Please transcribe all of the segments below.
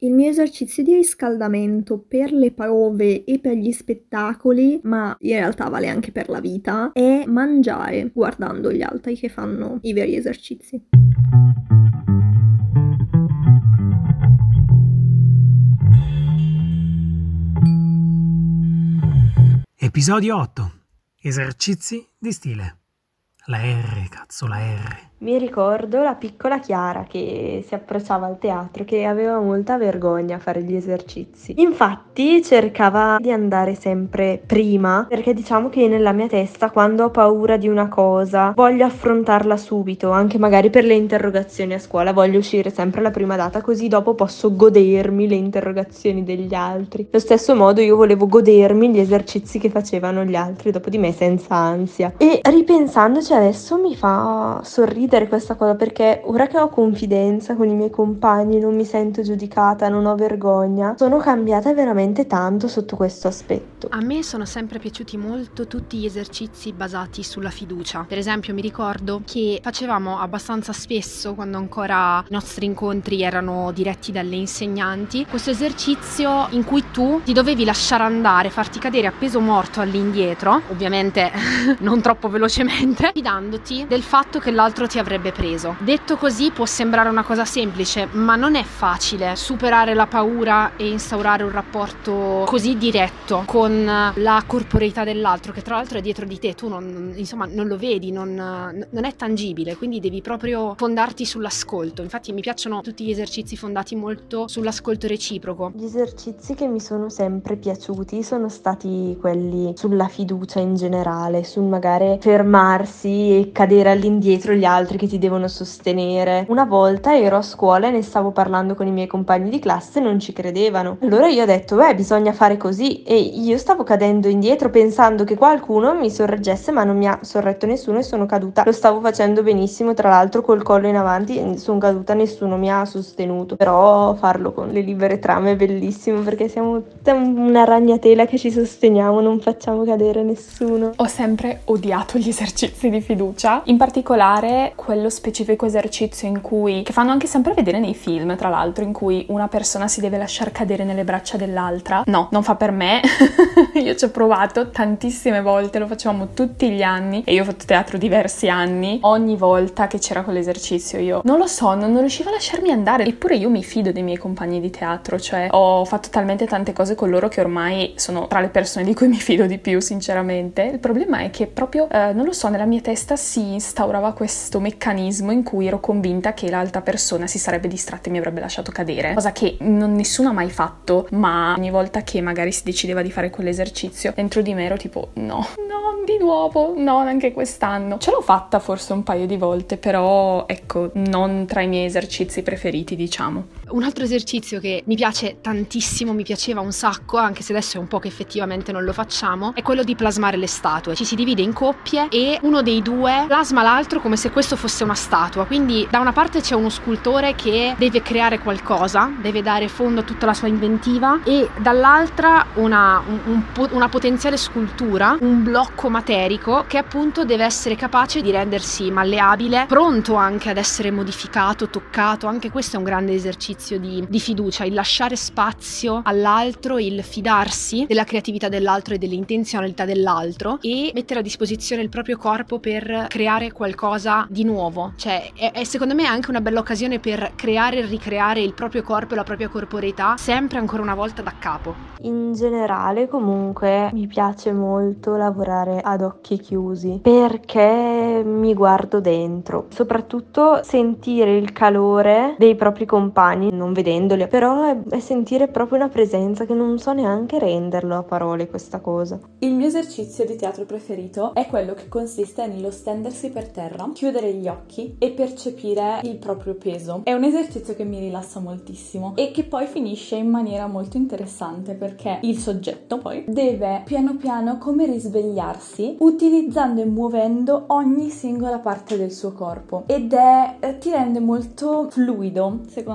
Il mio esercizio di riscaldamento per le prove e per gli spettacoli, ma in realtà vale anche per la vita, è mangiare guardando gli altri che fanno i veri esercizi. Episodio 8. Esercizi di stile. La R, cazzo, la R. Mi ricordo la piccola Chiara che si approcciava al teatro, che aveva molta vergogna a fare gli esercizi. Infatti cercava di andare sempre prima, perché diciamo che nella mia testa, quando ho paura di una cosa, voglio affrontarla subito, anche magari per le interrogazioni a scuola, voglio uscire sempre alla prima data, così dopo posso godermi le interrogazioni degli altri. Allo stesso modo io volevo godermi gli esercizi che facevano gli altri dopo di me senza ansia. E ripensandoci adesso mi fa sorridere questa cosa, perché ora che ho confidenza con i miei compagni, non mi sento giudicata, non ho vergogna, sono cambiata veramente tanto sotto questo aspetto. A me sono sempre piaciuti molto tutti gli esercizi basati sulla fiducia. Per esempio mi ricordo che facevamo abbastanza spesso, quando ancora i nostri incontri erano diretti dalle insegnanti, questo esercizio in cui tu ti dovevi lasciare andare, farti cadere a peso morto all'indietro, ovviamente non troppo velocemente, fidandoti del fatto che l'altro ti avrebbe preso. Detto così può sembrare una cosa semplice, ma non è facile superare la paura e instaurare un rapporto così diretto con la corporeità dell'altro, che tra l'altro è dietro di te, tu non lo vedi, non è tangibile, quindi devi proprio fondarti sull'ascolto. Infatti mi piacciono tutti gli esercizi fondati molto sull'ascolto reciproco. Gli esercizi che mi sono sempre piaciuti sono stati quelli sulla fiducia in generale, sul magari fermarsi e cadere all'indietro gli altri che ti devono sostenere. Una volta ero a scuola e ne stavo parlando con i miei compagni di classe e non ci credevano. Allora io ho detto, bisogna fare così, e io stavo cadendo indietro pensando che qualcuno mi sorreggesse, ma non mi ha sorretto nessuno e sono caduta. Lo stavo facendo benissimo, tra l'altro col collo in avanti, sono caduta, nessuno mi ha sostenuto. Però farlo con le libere trame è bellissimo, perché siamo tutta una ragnatela che ci sosteniamo, non facciamo cadere nessuno. Ho sempre odiato gli esercizi di fiducia, in particolare quello specifico esercizio che fanno anche sempre vedere nei film, tra l'altro, in cui una persona si deve lasciar cadere nelle braccia dell'altra. No, non fa per me. Io ci ho provato tantissime volte, lo facevamo tutti gli anni e io ho fatto teatro diversi anni. Ogni volta che c'era quell'esercizio io non lo so, non riuscivo a lasciarmi andare. Eppure io mi fido dei miei compagni di teatro, cioè ho fatto talmente tante cose con loro che ormai sono tra le persone di cui mi fido di più, sinceramente. Il problema è che proprio, non lo so, nella mia testa si instaurava questo meccanismo in cui ero convinta che l'altra persona si sarebbe distratta e mi avrebbe lasciato cadere, cosa che nessuno ha mai fatto, ma ogni volta che magari si decideva di fare quell'esercizio dentro di me ero tipo no, di nuovo, no, anche quest'anno. Ce l'ho fatta forse un paio di volte, però ecco, non tra i miei esercizi preferiti, diciamo. Un altro esercizio che mi piace tantissimo, mi piaceva un sacco, anche se adesso è un po' che effettivamente non lo facciamo, è quello di plasmare le statue. Ci si divide in coppie e uno dei due plasma l'altro come se questo fosse una statua. Quindi da una parte c'è uno scultore che deve creare qualcosa, deve dare fondo a tutta la sua inventiva, e dall'altra una potenziale scultura, un blocco materico che appunto deve essere capace di rendersi malleabile, pronto anche ad essere modificato, toccato. Anche questo è un grande esercizio di fiducia, il lasciare spazio all'altro, il fidarsi della creatività dell'altro e dell'intenzionalità dell'altro e mettere a disposizione il proprio corpo per creare qualcosa di nuovo. Cioè è secondo me anche una bella occasione per creare e ricreare il proprio corpo e la propria corporeità sempre ancora una volta da capo. In generale comunque mi piace molto lavorare ad occhi chiusi, perché mi guardo dentro, soprattutto sentire il calore dei propri compagni non vedendoli, però è sentire proprio una presenza che non so neanche renderlo a parole, questa cosa. Il mio esercizio di teatro preferito è quello che consiste nello stendersi per terra, chiudere gli occhi e percepire il proprio peso. È un esercizio che mi rilassa moltissimo e che poi finisce in maniera molto interessante, perché il soggetto poi deve piano piano come risvegliarsi utilizzando e muovendo ogni singola parte del suo corpo, ed ti rende molto fluido secondo me, e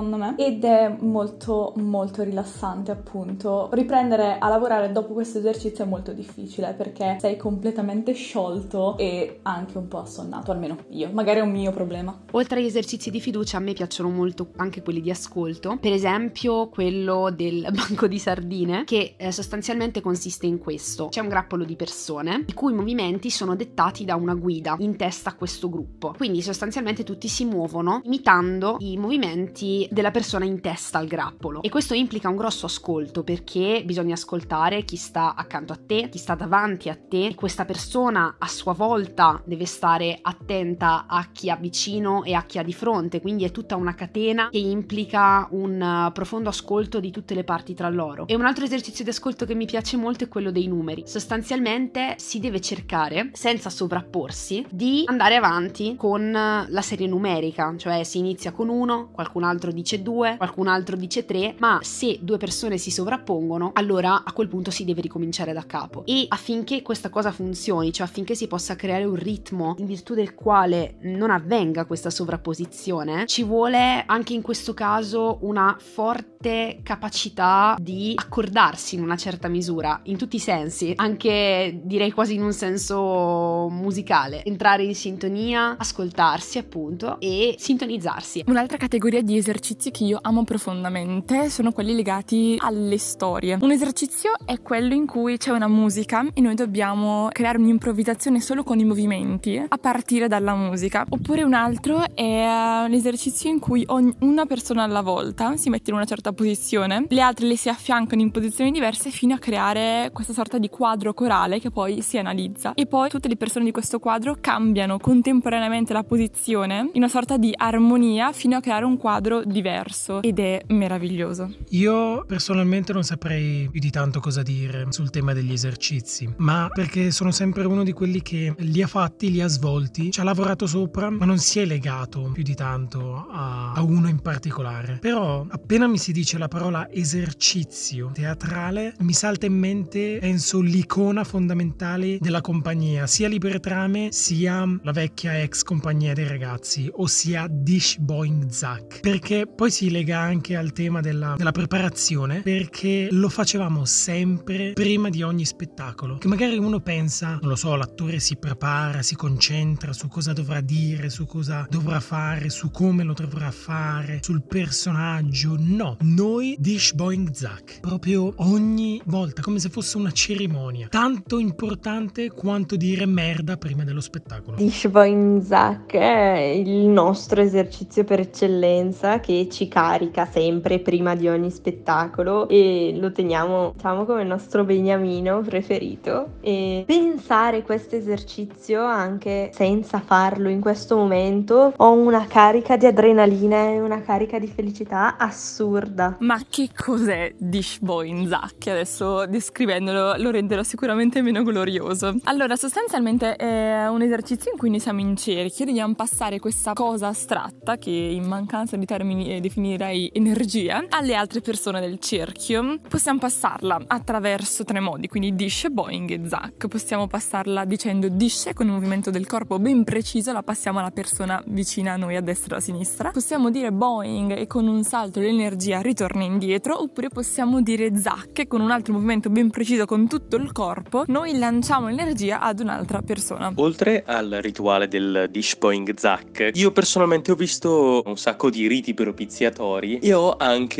ed è molto molto rilassante, appunto. Riprendere a lavorare dopo questo esercizio è molto difficile perché sei completamente sciolto e anche un po' assonnato, almeno io, magari è un mio problema. Oltre agli esercizi di fiducia a me piacciono molto anche quelli di ascolto, per esempio quello del banco di sardine, che sostanzialmente consiste in questo: c'è un grappolo di persone i cui movimenti sono dettati da una guida in testa a questo gruppo, quindi sostanzialmente tutti si muovono imitando i movimenti della persona in testa al grappolo, e questo implica un grosso ascolto perché bisogna ascoltare chi sta accanto a te, chi sta davanti a te, e questa persona a sua volta deve stare attenta a chi ha vicino e a chi ha di fronte, quindi è tutta una catena che implica un profondo ascolto di tutte le parti tra loro. E un altro esercizio di ascolto che mi piace molto è quello dei numeri. Sostanzialmente si deve cercare, senza sovrapporsi, di andare avanti con la serie numerica, cioè si inizia con 1, qualcun altro dice 2, qualcun altro dice 3, ma se 2 persone si sovrappongono, allora a quel punto si deve ricominciare da capo. E affinché questa cosa funzioni, cioè affinché si possa creare un ritmo in virtù del quale non avvenga questa sovrapposizione, ci vuole anche in questo caso una forte capacità di accordarsi in una certa misura, in tutti i sensi, anche direi quasi in un senso musicale, entrare in sintonia, ascoltarsi appunto e sintonizzarsi. Un'altra categoria di esercizi che io amo profondamente sono quelli legati alle storie. Un esercizio è quello in cui c'è una musica e noi dobbiamo creare un'improvvisazione solo con i movimenti a partire dalla musica. Oppure un altro è l'esercizio in cui una persona alla volta si mette in una certa posizione, le altre le si affiancano in posizioni diverse fino a creare questa sorta di quadro corale che poi si analizza, e poi tutte le persone di questo quadro cambiano contemporaneamente la posizione in una sorta di armonia fino a creare un quadro diverso, ed è meraviglioso. Io personalmente non saprei più di tanto cosa dire sul tema degli esercizi, ma perché sono sempre uno di quelli che li ha fatti, li ha svolti, ci ha lavorato sopra, ma non si è legato più di tanto a uno in particolare. Però appena mi si dice la parola esercizio teatrale mi salta in mente, penso, l'icona fondamentale della compagnia, sia Libertrame sia la vecchia ex compagnia dei ragazzi, ossia Dish Boing Zack, perché poi si lega anche al tema della preparazione, perché lo facevamo sempre prima di ogni spettacolo, che magari uno pensa, non lo so, l'attore si prepara, si concentra su cosa dovrà dire, su cosa dovrà fare, su come lo dovrà fare, sul personaggio. No, noi Dish Boing Zack, proprio ogni volta, come se fosse una cerimonia, tanto importante quanto dire merda prima dello spettacolo. Dish Boing Zack è il nostro esercizio per eccellenza, che ci carica sempre prima di ogni spettacolo e lo teniamo, diciamo, come il nostro beniamino preferito. E pensare questo esercizio anche senza farlo in questo momento, ho una carica di adrenalina e una carica di felicità assurda. Ma che cos'è Dish Boing Zack? Adesso descrivendolo lo renderò sicuramente meno glorioso. Allora, sostanzialmente è un esercizio in cui noi siamo in cerchio, dobbiamo passare questa cosa astratta, che in mancanza di termini definirei energia, alle altre persone del cerchio. Possiamo passarla attraverso 3 modi, quindi Dish, Boing e Zack. Possiamo passarla dicendo Dish con un movimento del corpo ben preciso, la passiamo alla persona vicina a noi, a destra o a sinistra. Possiamo dire Boing e con un salto l'energia ritorna indietro, oppure possiamo dire Zack e con un altro movimento ben preciso con tutto il corpo noi lanciamo l'energia ad un'altra persona. Oltre al rituale del Dish Boing Zack, io personalmente ho visto un sacco di riti propiziatori e ho anche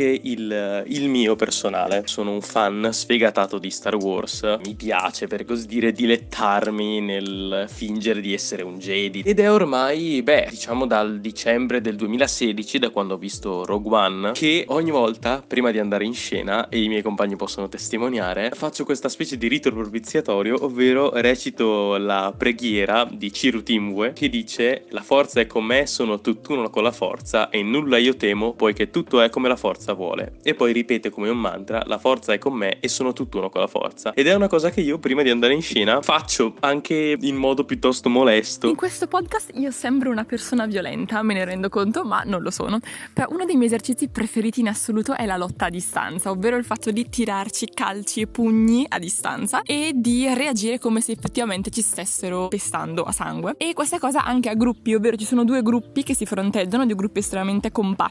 il mio personale. Sono un fan sfegatato di Star Wars, mi piace, per così dire, dilettarmi nel fingere di essere un Jedi, ed è ormai, diciamo dal dicembre del 2016, da quando ho visto Rogue One, che ogni volta prima di andare in scena, e i miei compagni possono testimoniare, faccio questa specie di rito propiziatorio, ovvero recito la preghiera di Chirutimwe che dice: la forza è con me, sono tutt'uno con la forza e nulla io temo, poiché tutto è come la forza vuole. E poi ripete come un mantra: la forza è con me e sono tutt'uno con la forza. Ed è una cosa che io prima di andare in scena faccio anche in modo piuttosto molesto. In questo podcast io sembro una persona violenta, me ne rendo conto, ma non lo sono. Però uno dei miei esercizi preferiti in assoluto è la lotta a distanza, ovvero il fatto di tirarci calci e pugni a distanza e di reagire come se effettivamente ci stessero pestando a sangue. E questa cosa anche a gruppi, ovvero ci sono 2 gruppi che si fronteggiano, 2 gruppi estremamente compatti come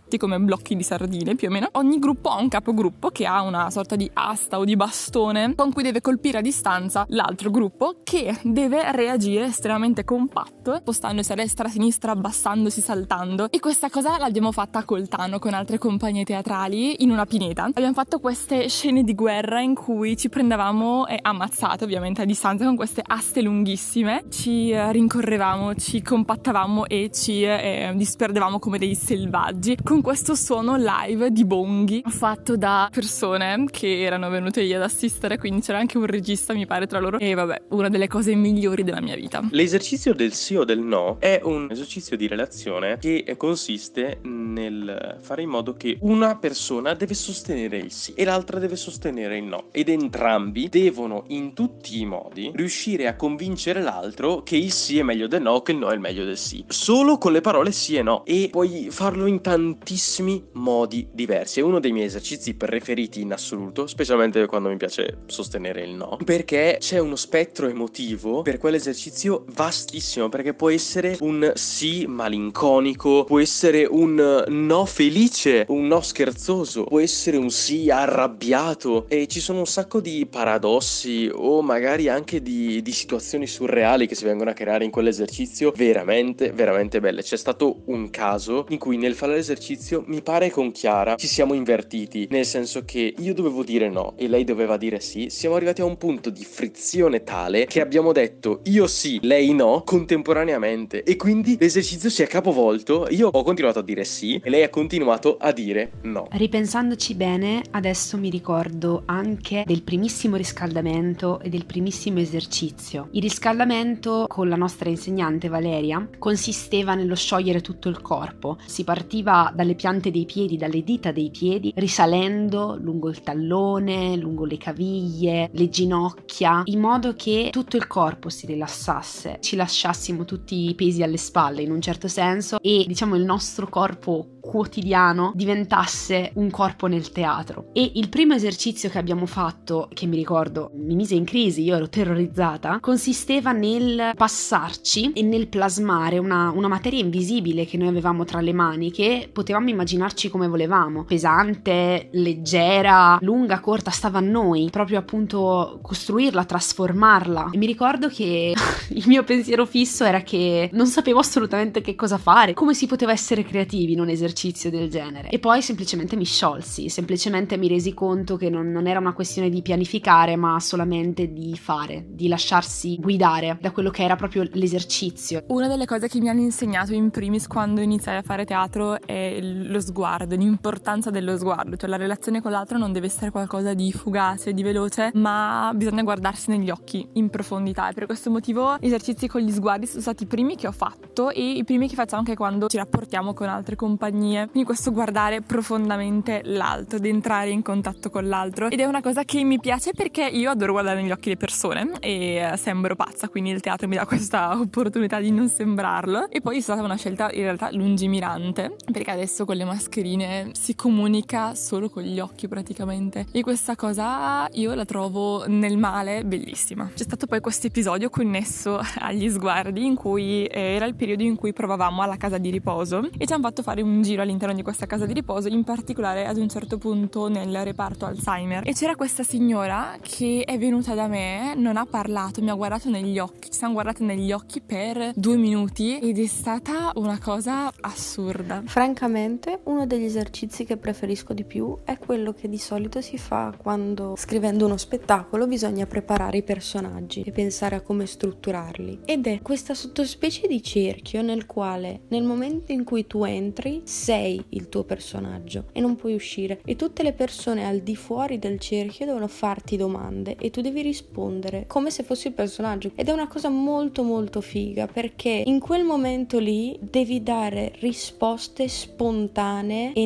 blocchi di sardine più o meno. Ogni gruppo ha un capogruppo che ha una sorta di asta o di bastone con cui deve colpire a distanza l'altro gruppo, che deve reagire estremamente compatto, spostandosi a destra, a sinistra, abbassandosi, saltando. E questa cosa l'abbiamo fatta a Coltano con altre compagnie teatrali in una pineta. Abbiamo fatto queste scene di guerra in cui ci prendevamo ammazzate ovviamente a distanza con queste aste lunghissime, ci rincorrevamo, ci compattavamo e ci disperdevamo come dei selvaggi con questo suono live di bonghi fatto da persone che erano venute lì ad assistere, quindi c'era anche un regista mi pare tra loro, e vabbè, una delle cose migliori della mia vita. L'esercizio del sì o del no è un esercizio di relazione che consiste nel fare in modo che una persona deve sostenere il sì e l'altra deve sostenere il no, ed entrambi devono in tutti i modi riuscire a convincere l'altro che il sì è meglio del no, che il no è meglio del sì, solo con le parole sì e no, e puoi farlo in tantissimi modi diversi. È uno dei miei esercizi preferiti in assoluto, specialmente quando mi piace sostenere il no, perché c'è uno spettro emotivo per quell'esercizio vastissimo, perché può essere un sì malinconico, può essere un no felice, un no scherzoso, può essere un sì arrabbiato, e ci sono un sacco di paradossi o magari anche di situazioni surreali che si vengono a creare in quell'esercizio veramente veramente belle. C'è stato un caso in cui nel fare l'esercizio mi pare con Chiara ci siamo invertiti, nel senso che io dovevo dire no e lei doveva dire sì. Siamo arrivati a un punto di frizione tale che abbiamo detto io sì, lei no contemporaneamente, e quindi l'esercizio si è capovolto. Io ho continuato a dire sì e lei ha continuato a dire no. Ripensandoci bene, adesso mi ricordo anche del primissimo riscaldamento e del primissimo esercizio. Il riscaldamento con la nostra insegnante Valeria consisteva nello sciogliere tutto il corpo. Si partiva dalle piante dei piedi, dalle dita dei piedi, risalendo lungo il tallone, lungo le caviglie, le ginocchia, in modo che tutto il corpo si rilassasse, ci lasciassimo tutti i pesi alle spalle in un certo senso, e diciamo il nostro corpo quotidiano diventasse un corpo nel teatro. E il primo esercizio che abbiamo fatto, che mi ricordo mi mise in crisi, io ero terrorizzata, consisteva nel passarci e nel plasmare una materia invisibile che noi avevamo tra le mani, che potevamo immaginarci come volevamo, pesante, leggera, lunga, corta, stava a noi proprio appunto costruirla, trasformarla. E mi ricordo che il mio pensiero fisso era che non sapevo assolutamente che cosa fare, come si poteva essere creativi in un esercizio del genere. E poi semplicemente mi sciolsi, semplicemente mi resi conto che non era una questione di pianificare, ma solamente di fare, di lasciarsi guidare da quello che era proprio l'esercizio. Una delle cose che mi hanno insegnato in primis quando iniziai a fare teatro è lo sguardo, l'importanza dello sguardo, cioè la relazione con l'altro non deve essere qualcosa di fugace, di veloce, ma bisogna guardarsi negli occhi in profondità, e per questo motivo gli esercizi con gli sguardi sono stati i primi che ho fatto e i primi che facciamo anche quando ci rapportiamo con altre compagnie. Quindi questo guardare profondamente l'altro, di entrare in contatto con l'altro, ed è una cosa che mi piace perché io adoro guardare negli occhi le persone e sembro pazza, quindi il teatro mi dà questa opportunità di non sembrarlo. E poi è stata una scelta in realtà lungimirante, perché adesso con le mascherine si comunica solo con gli occhi praticamente, e questa cosa io la trovo nel male bellissima. C'è stato poi questo episodio connesso agli sguardi in cui era il periodo in cui provavamo alla casa di riposo e ci hanno fatto fare un giro all'interno di questa casa di riposo, in particolare ad un certo punto nel reparto Alzheimer, e c'era questa signora che è venuta da me, non ha parlato, mi ha guardato negli occhi, ci siamo guardate negli occhi per 2 minuti ed è stata una cosa assurda. Francamente, uno degli esercizi che preferisco di più è quello che di solito si fa quando, scrivendo uno spettacolo, bisogna preparare i personaggi e pensare a come strutturarli, ed è questa sottospecie di cerchio nel quale nel momento in cui tu entri sei il tuo personaggio e non puoi uscire, e tutte le persone al di fuori del cerchio devono farti domande e tu devi rispondere come se fossi il personaggio, ed è una cosa molto molto figa, perché in quel momento lì devi dare risposte spontanee e nette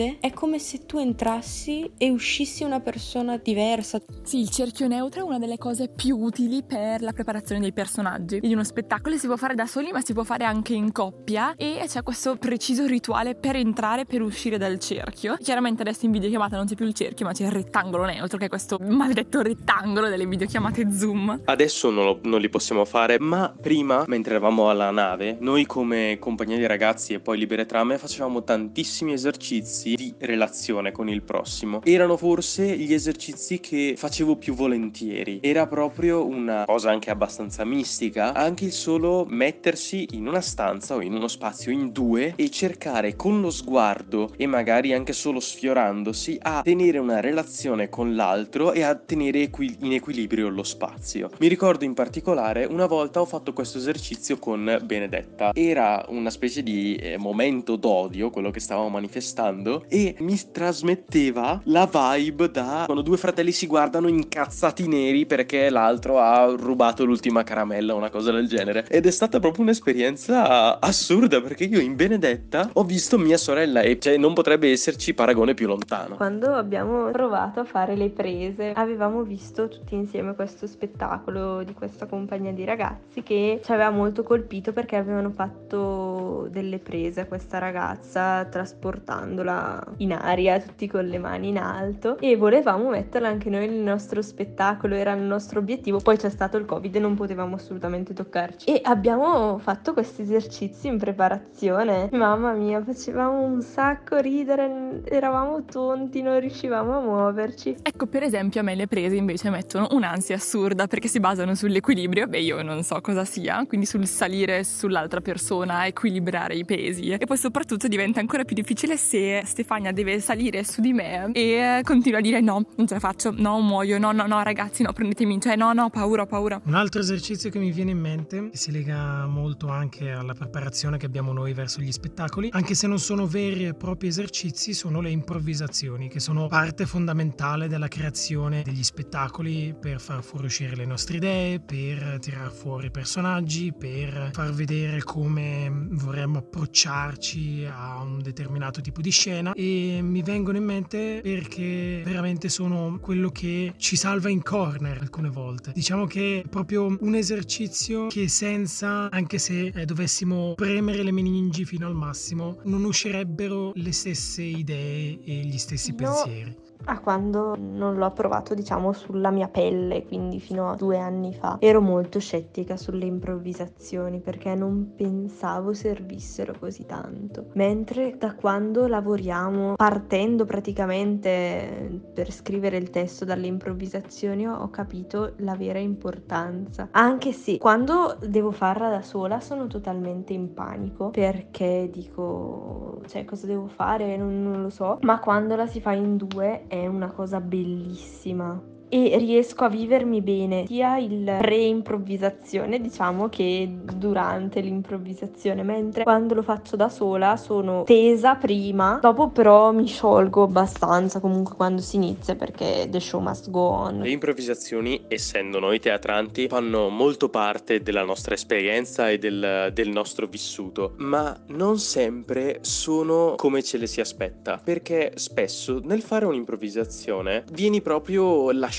mente è come se tu entrassi e uscissi una persona diversa. Sì, il cerchio neutro è una delle cose più utili per la preparazione dei personaggi di uno spettacolo. Si può fare da soli, ma si può fare anche in coppia, e c'è questo preciso rituale per entrare e per uscire dal cerchio. Chiaramente adesso in videochiamata non c'è più il cerchio, ma c'è il rettangolo neutro, che è questo maledetto rettangolo delle videochiamate Zoom. Adesso non li possiamo fare, ma prima, mentre eravamo alla nave, noi come compagnia di ragazzi e poi Libere Trame facevamo tantissimi esercizi di relazione con il prossimo. Erano forse gli esercizi che facevo più volentieri. Era proprio una cosa anche abbastanza mistica, anche il solo mettersi in una stanza o in uno spazio in due e cercare con lo sguardo e magari anche solo sfiorandosi a tenere una relazione con l'altro e a tenere in equilibrio lo spazio. Mi ricordo in particolare una volta ho fatto questo esercizio con Benedetta. Era una specie di momento d'odio, quello che stavamo manifestando, e mi trasmetteva la vibe da quando due fratelli si guardano incazzati neri perché l'altro ha rubato l'ultima caramella o una cosa del genere. Ed è stata proprio un'esperienza assurda, perché io in Benedetta ho visto mia sorella e cioè non potrebbe esserci paragone più lontano. Quando abbiamo provato a fare le prese, avevamo visto tutti insieme questo spettacolo di questa compagnia di ragazzi che ci aveva molto colpito, perché avevano fatto delle prese a questa ragazza trasportandola in aria, tutti con le mani in alto, e volevamo metterla anche noi nel nostro spettacolo, era il nostro obiettivo. Poi c'è stato il Covid e non potevamo assolutamente toccarci, e abbiamo fatto questi esercizi in preparazione. Mamma mia, facevamo un sacco ridere, eravamo tonti, non riuscivamo a muoverci. Ecco, per esempio a me le prese invece mettono un'ansia assurda, perché si basano sull'equilibrio. Beh, io non so cosa sia, quindi sul salire sull'altra persona, equilibrare i pesi, e poi soprattutto diventa ancora più difficile se Stefania deve salire su di me e continua a dire no, non ce la faccio, no, muoio, no ragazzi, no, prendetemi, cioè no, paura. Un altro esercizio che mi viene in mente, che si lega molto anche alla preparazione che abbiamo noi verso gli spettacoli, anche se non sono veri e propri esercizi, sono le improvvisazioni, che sono parte fondamentale della creazione degli spettacoli, per far fuoriuscire le nostre idee, per tirar fuori i personaggi, per far vedere come vorremmo approcciarci a un determinato tipo di scena. E mi vengono in mente perché veramente sono quello che ci salva in corner alcune volte. Diciamo che è proprio un esercizio che senza, anche se dovessimo premere le meningi fino al massimo, non uscirebbero le stesse idee e gli stessi pensieri. A quando non l'ho provato, diciamo, sulla mia pelle, quindi fino a 2 anni fa, ero molto scettica sulle improvvisazioni perché non pensavo servissero così tanto. Mentre da quando lavoriamo, partendo praticamente per scrivere il testo dalle improvvisazioni, ho capito la vera importanza. Anche se quando devo farla da sola sono totalmente in panico, perché dico, cioè, cosa devo fare? Non lo so. Ma quando la si fa in due è una cosa bellissima e riesco a vivermi bene sia il pre-improvvisazione, diciamo, che durante l'improvvisazione, mentre quando lo faccio da sola sono tesa prima, dopo però mi sciolgo abbastanza comunque quando si inizia, perché the show must go on. Le improvvisazioni, essendo noi teatranti, fanno molto parte della nostra esperienza e del nostro vissuto, ma non sempre sono come ce le si aspetta, perché spesso nel fare un'improvvisazione vieni proprio lasciato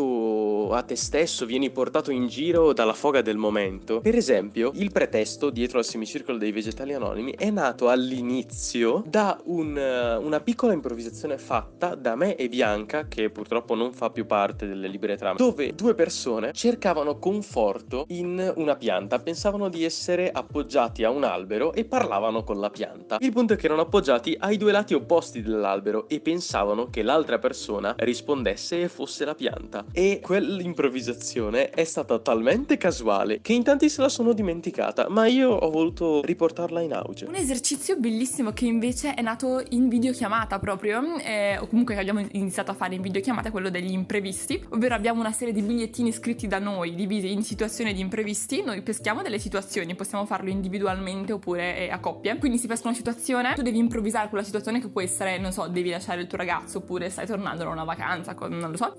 a te stesso, vieni portato in giro dalla foga del momento. Per esempio, il pretesto dietro al semicircolo dei vegetali anonimi è nato all'inizio da una piccola improvvisazione fatta da me e Bianca, che purtroppo non fa più parte delle Libere Trame, dove 2 persone cercavano conforto in una pianta, pensavano di essere appoggiati a un albero e parlavano con la pianta. Il punto è che erano appoggiati ai 2 lati opposti dell'albero e pensavano che l'altra persona rispondesse e fosse la pianta. E quell'improvvisazione è stata talmente casuale che in tanti se la sono dimenticata, ma io ho voluto riportarla in auge. Un esercizio bellissimo che invece è nato in videochiamata proprio, o comunque che abbiamo iniziato a fare in videochiamata, è quello degli imprevisti, ovvero abbiamo una serie di bigliettini scritti da noi, divisi in situazioni di imprevisti. Noi peschiamo delle situazioni, possiamo farlo individualmente oppure a coppie, quindi si pesca una situazione, tu devi improvvisare quella situazione, che può essere, non so, devi lasciare il tuo ragazzo oppure stai tornando da una vacanza, non lo so, e poi man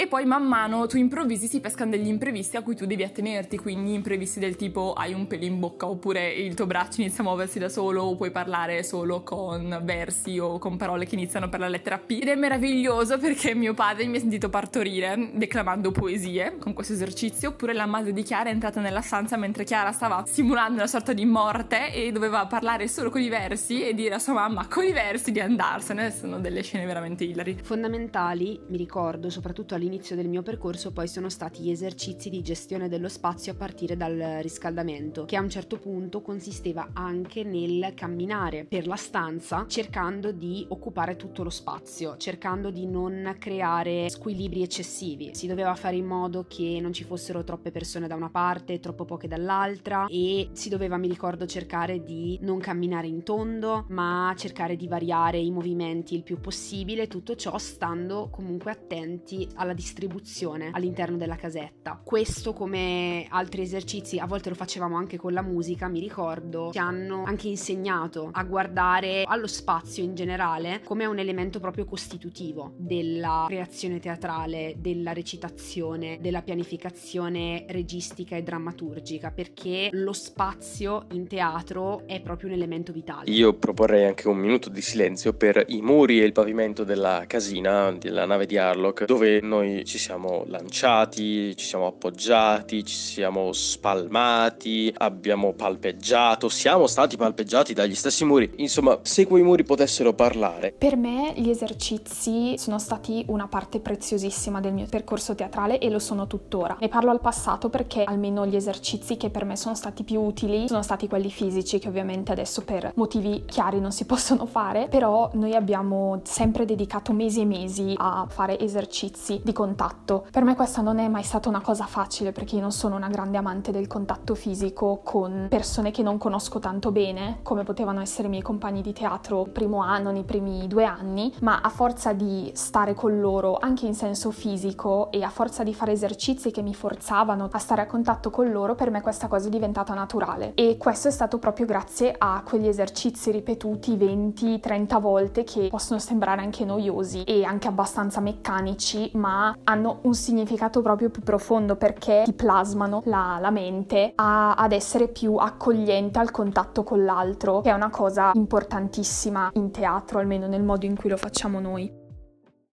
man mano tu improvvisi, si pescano degli imprevisti a cui tu devi attenerti, quindi imprevisti del tipo hai un pelo in bocca, oppure il tuo braccio inizia a muoversi da solo, o puoi parlare solo con versi o con parole che iniziano per la lettera P. Ed è meraviglioso perché mio padre mi ha sentito partorire declamando poesie con questo esercizio, oppure la madre di Chiara è entrata nella stanza mentre Chiara stava simulando una sorta di morte e doveva parlare solo con i versi e dire a sua mamma con i versi di andarsene. Sono delle scene veramente ilari. Fondamentali, mi ricordo, soprattutto all'inizio del mio percorso, poi sono stati gli esercizi di gestione dello spazio a partire dal riscaldamento, che a un certo punto consisteva anche nel camminare per la stanza cercando di occupare tutto lo spazio, cercando di non creare squilibri eccessivi. Si doveva fare in modo che non ci fossero troppe persone da una parte, troppo poche dall'altra, e si doveva, mi ricordo, cercare di non camminare in tondo, ma cercare di variare i movimenti il più possibile, tutto ciò stando comunque attenti alla distribuzione all'interno della casetta. Questo, come altri esercizi, a volte lo facevamo anche con la musica, mi ricordo, ci hanno anche insegnato a guardare allo spazio in generale come un elemento proprio costitutivo della creazione teatrale, della recitazione, della pianificazione registica e drammaturgica, perché lo spazio in teatro è proprio un elemento vitale. Io proporrei anche un minuto di silenzio per i muri e il pavimento della casina, della nave di Harlock, dove noi ci siamo lanciati, ci siamo appoggiati, ci siamo spalmati, abbiamo palpeggiato, siamo stati palpeggiati dagli stessi muri. Insomma, se quei muri potessero parlare. Per me gli esercizi sono stati una parte preziosissima del mio percorso teatrale e lo sono tuttora. Ne parlo al passato perché almeno gli esercizi che per me sono stati più utili sono stati quelli fisici, che ovviamente adesso per motivi chiari non si possono fare, però noi abbiamo sempre dedicato mesi e mesi a fare esercizi di contatto. Per me questa non è mai stata una cosa facile, perché io non sono una grande amante del contatto fisico con persone che non conosco tanto bene, come potevano essere i miei compagni di teatro il primo anno, nei primi 2 anni, ma a forza di stare con loro anche in senso fisico e a forza di fare esercizi che mi forzavano a stare a contatto con loro, per me questa cosa è diventata naturale. E questo è stato proprio grazie a quegli esercizi ripetuti 20-30 volte, che possono sembrare anche noiosi e anche abbastanza meccanici, ma hanno un significato proprio più profondo, perché ti plasmano la mente ad essere più accogliente al contatto con l'altro, che è una cosa importantissima in teatro, almeno nel modo in cui lo facciamo noi.